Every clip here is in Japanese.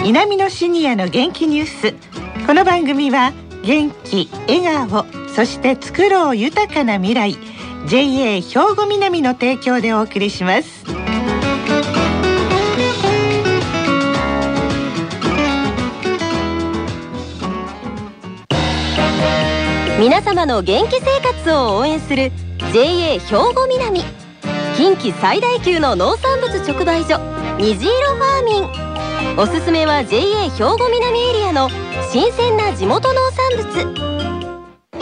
南のシニアの元気ニュース。この番組は元気、笑顔、そして作ろう豊かな未来 JA 兵庫南の提供でお送りします。 皆様の元気生活を応援する JA 兵庫南、近畿最大級の農産物直売所虹色ファーミン。おすすめは JA 兵庫南エリアの新鮮な地元農産物。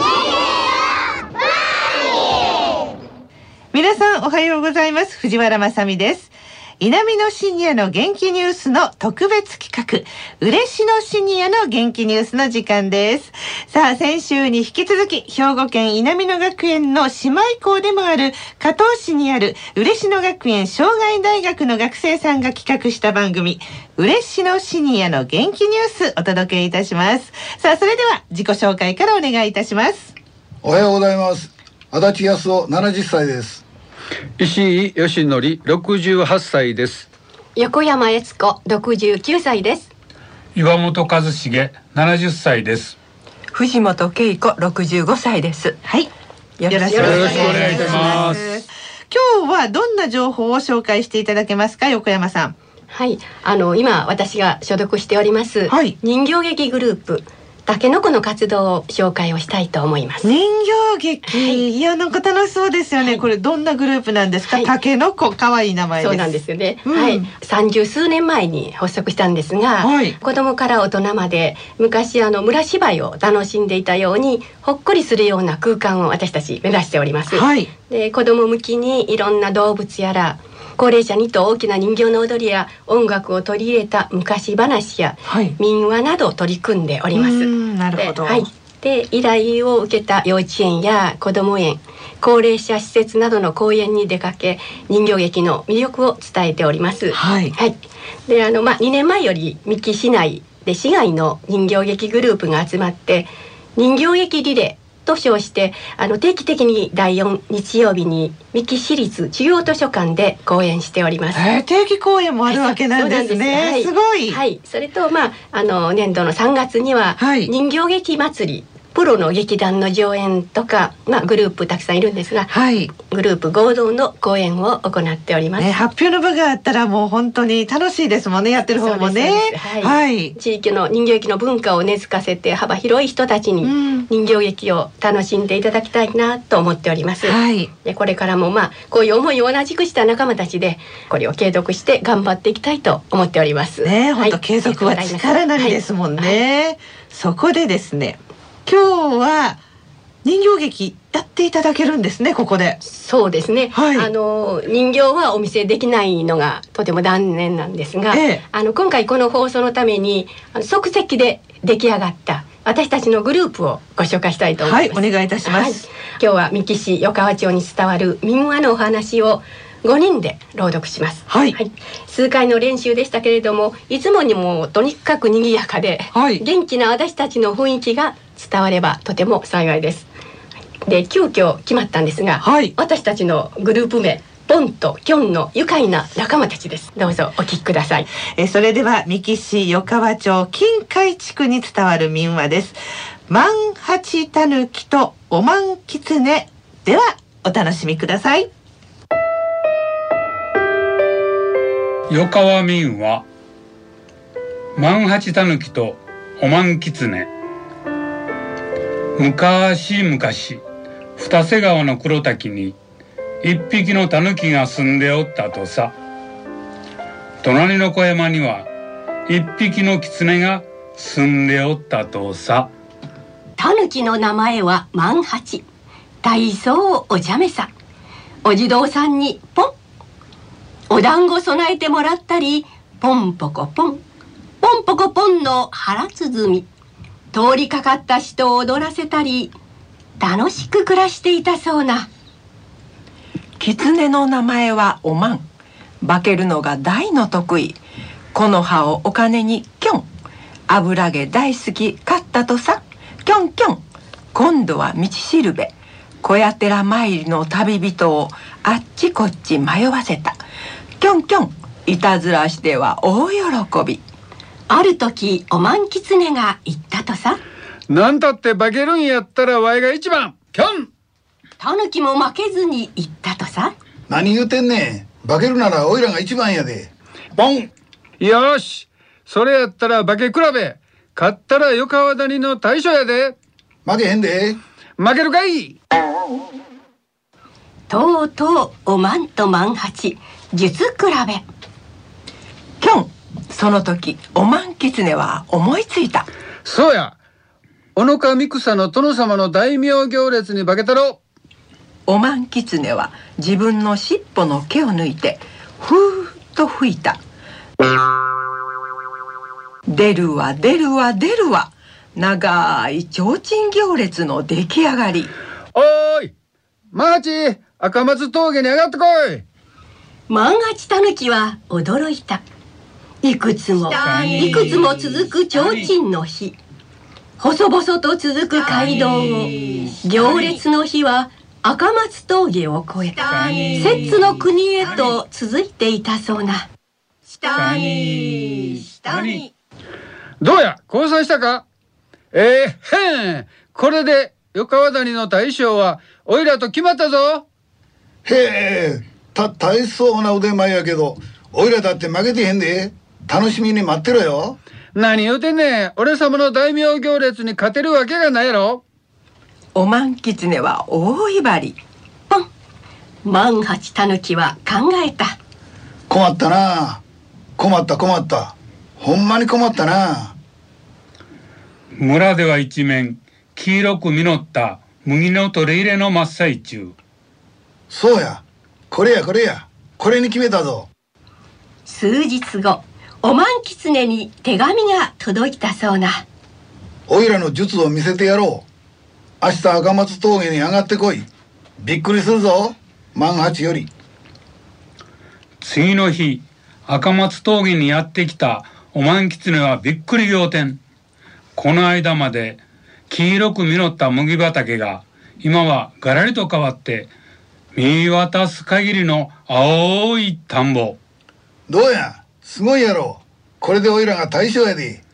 皆さんおはようございます。藤原まさみです。南のシニアの元気ニュースの特別企画、嬉野シニアの元気ニュースの時間です。さあ、先週に引き続き兵庫県南野学園の姉妹校でもある加東市にある嬉野学園障害大学の学生さんが企画した番組、嬉野シニアの元気ニュースお届けいたします。さあ、それでは自己紹介からお願いいたします。 おはようございます。足立康夫70歳です。 石井義則68歳です。 横山悦子69歳です。 岩本和重70歳です。 藤本恵子65歳です。 はい、よろしくお願いいたします。今日はどんな情報を紹介していただけますか、横山さん。 はい、今私が所属しております、人形劇グループたけのこの活動を紹介をしたいと思います。 人形劇、いや、なんか楽しそうですよね。これどんなグループなんですか。たけのこ、かわいい名前です。 そうなんですよね、はい、30数年前に発足したんですが、子供から大人まで昔村芝居を楽しんでいたようにほっこりするような空間を私たち目指しております。で、子供向きにいろんな動物やら高齢者にと大きな人形の踊りや音楽を取り入れた昔話や民話などを取り組んでおります。 なるほど。 で、依頼を受けた幼稚園や子ども園、高齢者施設などの公園に出かけ人形劇の魅力を伝えております。で、2年前より三木市内で市外の人形劇グループが集まって人形劇リレーと称して定期的に第4日曜日に三木市立中央図書館で講演しております。 定期講演もあるわけなんですね。すごい。 それと年度の3月には人形劇祭り、プロの劇団の上演とか、グループたくさんいるんですが、グループ合同の講演を行っております。 発表の場があったらもう本当に楽しいですもんね、やってる方もね。 地域の人形劇の文化を根付かせて幅広い人たちに人形劇を楽しんでいただきたいなと思っております。で、これからもこういう思いを同じくした仲間たちでこれを継続して頑張っていきたいと思っております。 本当継続は力なりですもんね。そこでですね、今日は人形劇やっていただけるんですね、ここで。 そうですね、人形はお見せできないのがとても残念なんですが、今回この放送のために即席で出来上がった私たちのグループをご紹介したいと思います。 お願いいたします。 今日は三木市余川町に伝わる民話のお話を5人で朗読します。数回の練習でしたけれども、いつもにもとにかく賑やかで、元気な私たちの雰囲気が伝わればとても幸いです。で、急遽決まったんですが、私たちのグループ名ポンとキョンの愉快な仲間たちです。どうぞお聞きください。 それでは三木市余川町金海地区に伝わる民話です。万八たぬきとおまんきつね。ではお楽しみください。 余川民話、万八たぬきとおまんきつね。昔々二瀬川の黒滝に一匹のタヌキが住んでおったとさ。隣の小山には一匹の狐が住んでおったとさ。 タヌキの名前は万八。大層お茶目さ。お地蔵さんにポン、お団子備えてもらったり、ポンポコポン、ポンポコポンの腹鼓、通りかかった人を踊らせたり、楽しく暮らしていたそうな。 狐の名前はおまん。化けるのが大の得意。木の葉をお金にキョン。油揚げ大好き買ったとさ。キョンキョン。今度は道しるべ。小屋寺参りの旅人をあっちこっち迷わせた。キョンキョン。いたずらしては大喜び。 ある時おまんきつねが言ったとさ。 なんたって化けるんやったらわいが一番。キョン。 タヌキも負けずに言ったとさ。 何言うてんねん。化けるならおいらが一番やで。ボン。 よし、それやったら化け比べ。勝ったらよかわ谷の大将やで。 負けへんで。 負けるかい。 とうとうおまんとまん八術比べ。 キョン。その時おまんきつねは思いついた。 そうや、小野川三草の殿様の大名行列に化けたろ。 おまんきつねは自分の尻尾の毛を抜いてふーっと吹いた。出るわ出るわ出るわ、長い提灯行列の出来上がり。 おーい、マーチ、赤松峠に上がってこい。 万八タヌキは驚いた。いくつも続く提灯の火、細々と続く街道を、行列の火は赤松峠を越え摂津の国へと続いていたそうな。下にどうや、降参したか。へん、これでよかわ谷の大将はおいらと決まったぞ。 へえ、大層な腕前やけど、おいらだって負けてへんで。楽しみに待ってろよ。 何言うてんねん。俺様の大名行列に勝てるわけがないやろ。 おまんきつねは大威張り。 万八タヌキは考えた。 困ったな。困った。ほんまに困ったな。 村では一面黄色く実った麦の取り入れの真っ最中。 そうや、これや、これに決めたぞ。 数日後、おまんきつねに手紙が届いたそうな。 おいらの術を見せてやろう。明日赤松峠に上がってこい。びっくりするぞ、万八より。 次の日、赤松峠にやってきたおまんきつねはびっくり仰天。この間まで黄色く実った麦畑が今はガラリと変わって見渡す限りの青い田んぼ。 どうや、すごいやろ。これでおいらが大将やで。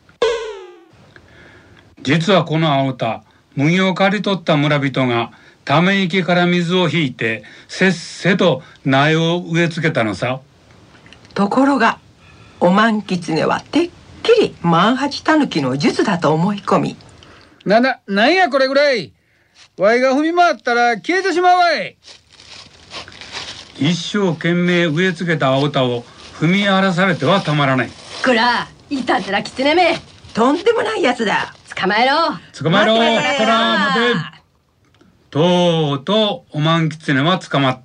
実はこの青田、麦を刈り取った村人がため池から水を引いてせっせと苗を植え付けたのさ。 ところがおまんきつねはてっきり万八タヌキの術だと思い込み、 なんやこれぐらい。わいが踏み回ったら消えてしまうわい。一生懸命植え付けた青田を踏み荒らされてはたまらない。 こら、いたずらキツネめ。 とんでもないやつだ。 捕まえろ。 こら待て。とうとうおまんきつねは捕まった。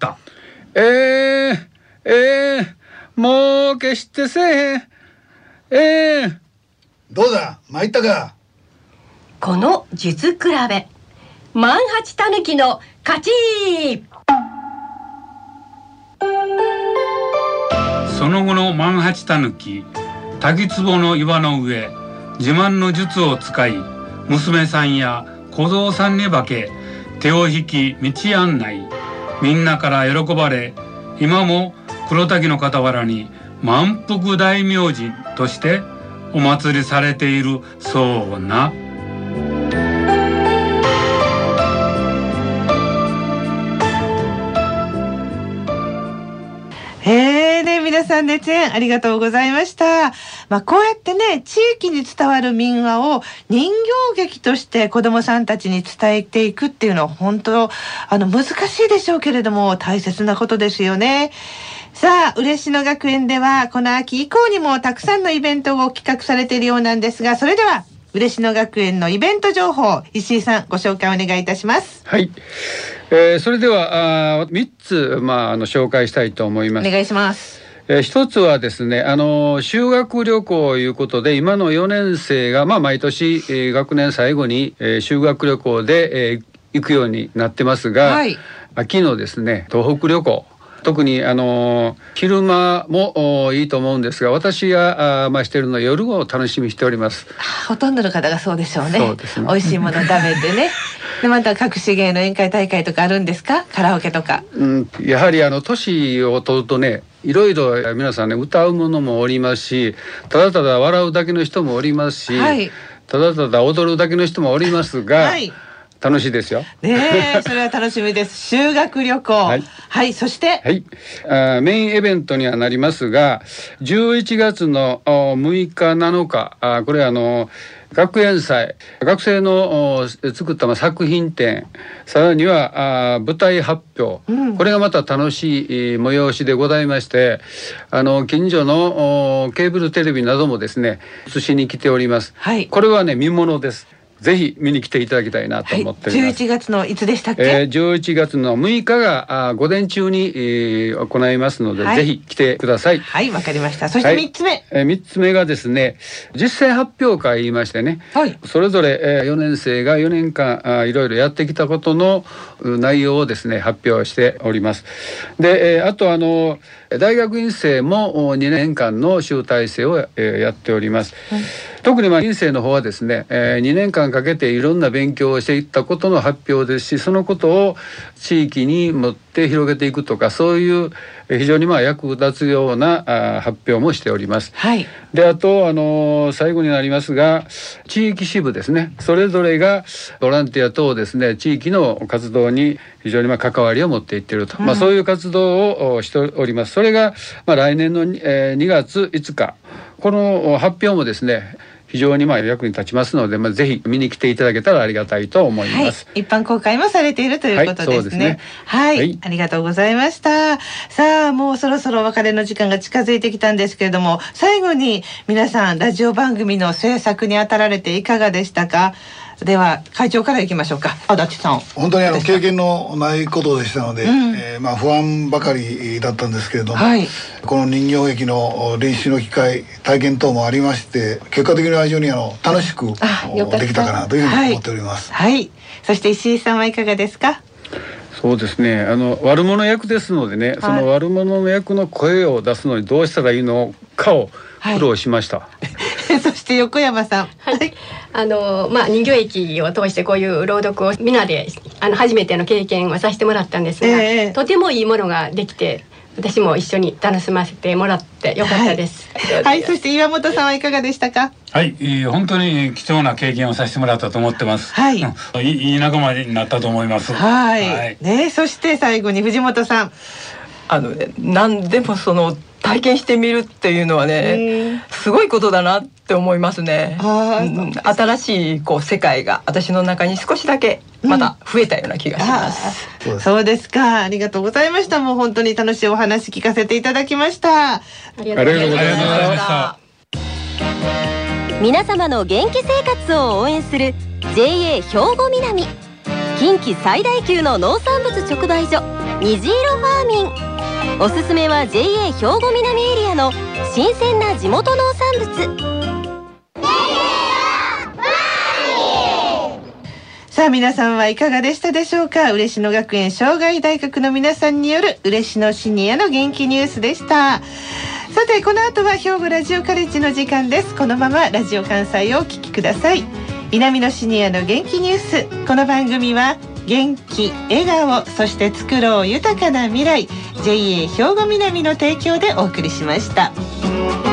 もう決してせえへん。 どうだ、参ったか。 この術比べ、万八タヌキの勝ち。 その後の万八タヌキ、滝壺の岩の上、自慢の術を使い、娘さんや小僧さんに化け、手を引き道案内、みんなから喜ばれ、今も黒滝の傍らに満腹大明神としてお祭りされているそうな。 皆さん熱演ありがとうございました。こうやってね、地域に伝わる民話を人形劇として子どもさんたちに伝えていくっていうのは本当難しいでしょうけれども大切なことですよね。さあ、嬉野学園ではこの秋以降にもたくさんのイベントを企画されているようなんですが、それでは嬉野学園のイベント情報、石井さんご紹介お願いいたします。 はい、それでは3つ、紹介したいと思います。 お願いします。 一つはですね、修学旅行ということで、今の4年生が、毎年、学年最後に、修学旅行で、行くようになってますが、はい、秋のですね、東北旅行、特に昼間もいいと思うんですが、私がしているのは夜を楽しみにしております。 ほとんどの方がそうでしょうね。 そうですね。 美味しいもの食べてねでまた各種芸の宴会大会とかあるんですか？カラオケとか。 やはり年を取るとね、いろいろ皆さんね、歌うものもおりますし、ただただ笑うだけの人もおりますし、はい、ただただ踊るだけの人もおりますが、はい、楽しいですよ。 ねえ、それは楽しみです。修学旅行。はい、はい、そして、 はい、メインイベントにはなりますが、11月の6日7日、これ学園祭、学生の作った作品展、さらには舞台発表、これがまた楽しい催しでございまして、近所のケーブルテレビなどもですね、映しに来ております。はい、これはね、見ものです。ぜひ見に来ていただきたいなと思っております。 11月のいつでしたっけ ？11月の6日が午前中に、行いますので、ぜひ来てください。 はい、わかりました。そして3つ目。 3つ目がですね、実践発表会言いましてね、はい、それぞれ4年生が4年間いろいろやってきたことの内容をですね、発表しております。で、あと大学院生も2年間の集大成をやっております。はい、特に院生の方はですね、2年間かけていろんな勉強をしていったことの発表ですし、そのことを地域に持って広げていくとか、そういう非常に役立つような発表もしております。はい、であと最後になりますが、地域支部ですね、それぞれがボランティア等ですね、地域の活動に非常に関わりを持っていっていると、そういう活動をしております。それが来年の2月5日、この発表もですね、非常に役に立ちますので、ぜひ見に来ていただけたらありがたいと思います。 はい、一般公開もされているということですね。はい、はい、ありがとうございました。さあ、もうそろそろお別れの時間が近づいてきたんですけれども、最後に皆さんラジオ番組の制作に当たられていかがでしたか？では会長からいきましょうか。足立さん。 本当に経験のないことでしたので、不安ばかりだったんですけれども、はい、この人形劇の練習の機会、体験等もありまして、結果的には非常に楽しくできたかなというふうに思っております。 はい、はい、そして石井さんはいかがですか？ そうですね、悪者役ですのでね、はい、その悪者の役の声を出すのにどうしたらいいのかを苦労しました。はい、 そして横山さん。 はい、人形劇を通してこういう朗読をみんなで初めての経験をさせてもらったんですが、とてもいいものができて、私も一緒に楽しませてもらってよかったです。 はい、はい、そして岩本さんはいかがでしたか？ はい、本当に貴重な経験をさせてもらったと思ってます。はい、いい仲間になったと思います。 はい、はい、ね、そして最後に藤本さん。 何でも体験してみるっていうのはね、すごいことだなって思いますね。新しい世界が私の中に少しだけまた増えたような気がします。 そうですか。ありがとうございました。もう本当に楽しいお話聞かせていただきました。 ありがとうございました。 皆様の元気生活を応援する JA 兵庫南、近畿最大級の農産物直売所虹色ファーミン。おすすめは JA 兵庫南エリアの新鮮な地元農産物。 さあ皆さんはいかがでしたでしょうか？嬉野学園障害大学の皆さんによる嬉野シニアの元気ニュースでした。さてこの後は兵庫ラジオカレッジの時間です。このままラジオ関西をお聞きください。南のシニアの元気ニュース。この番組は元気、笑顔、そして作ろう豊かな未来 JA 兵庫南の提供でお送りしました。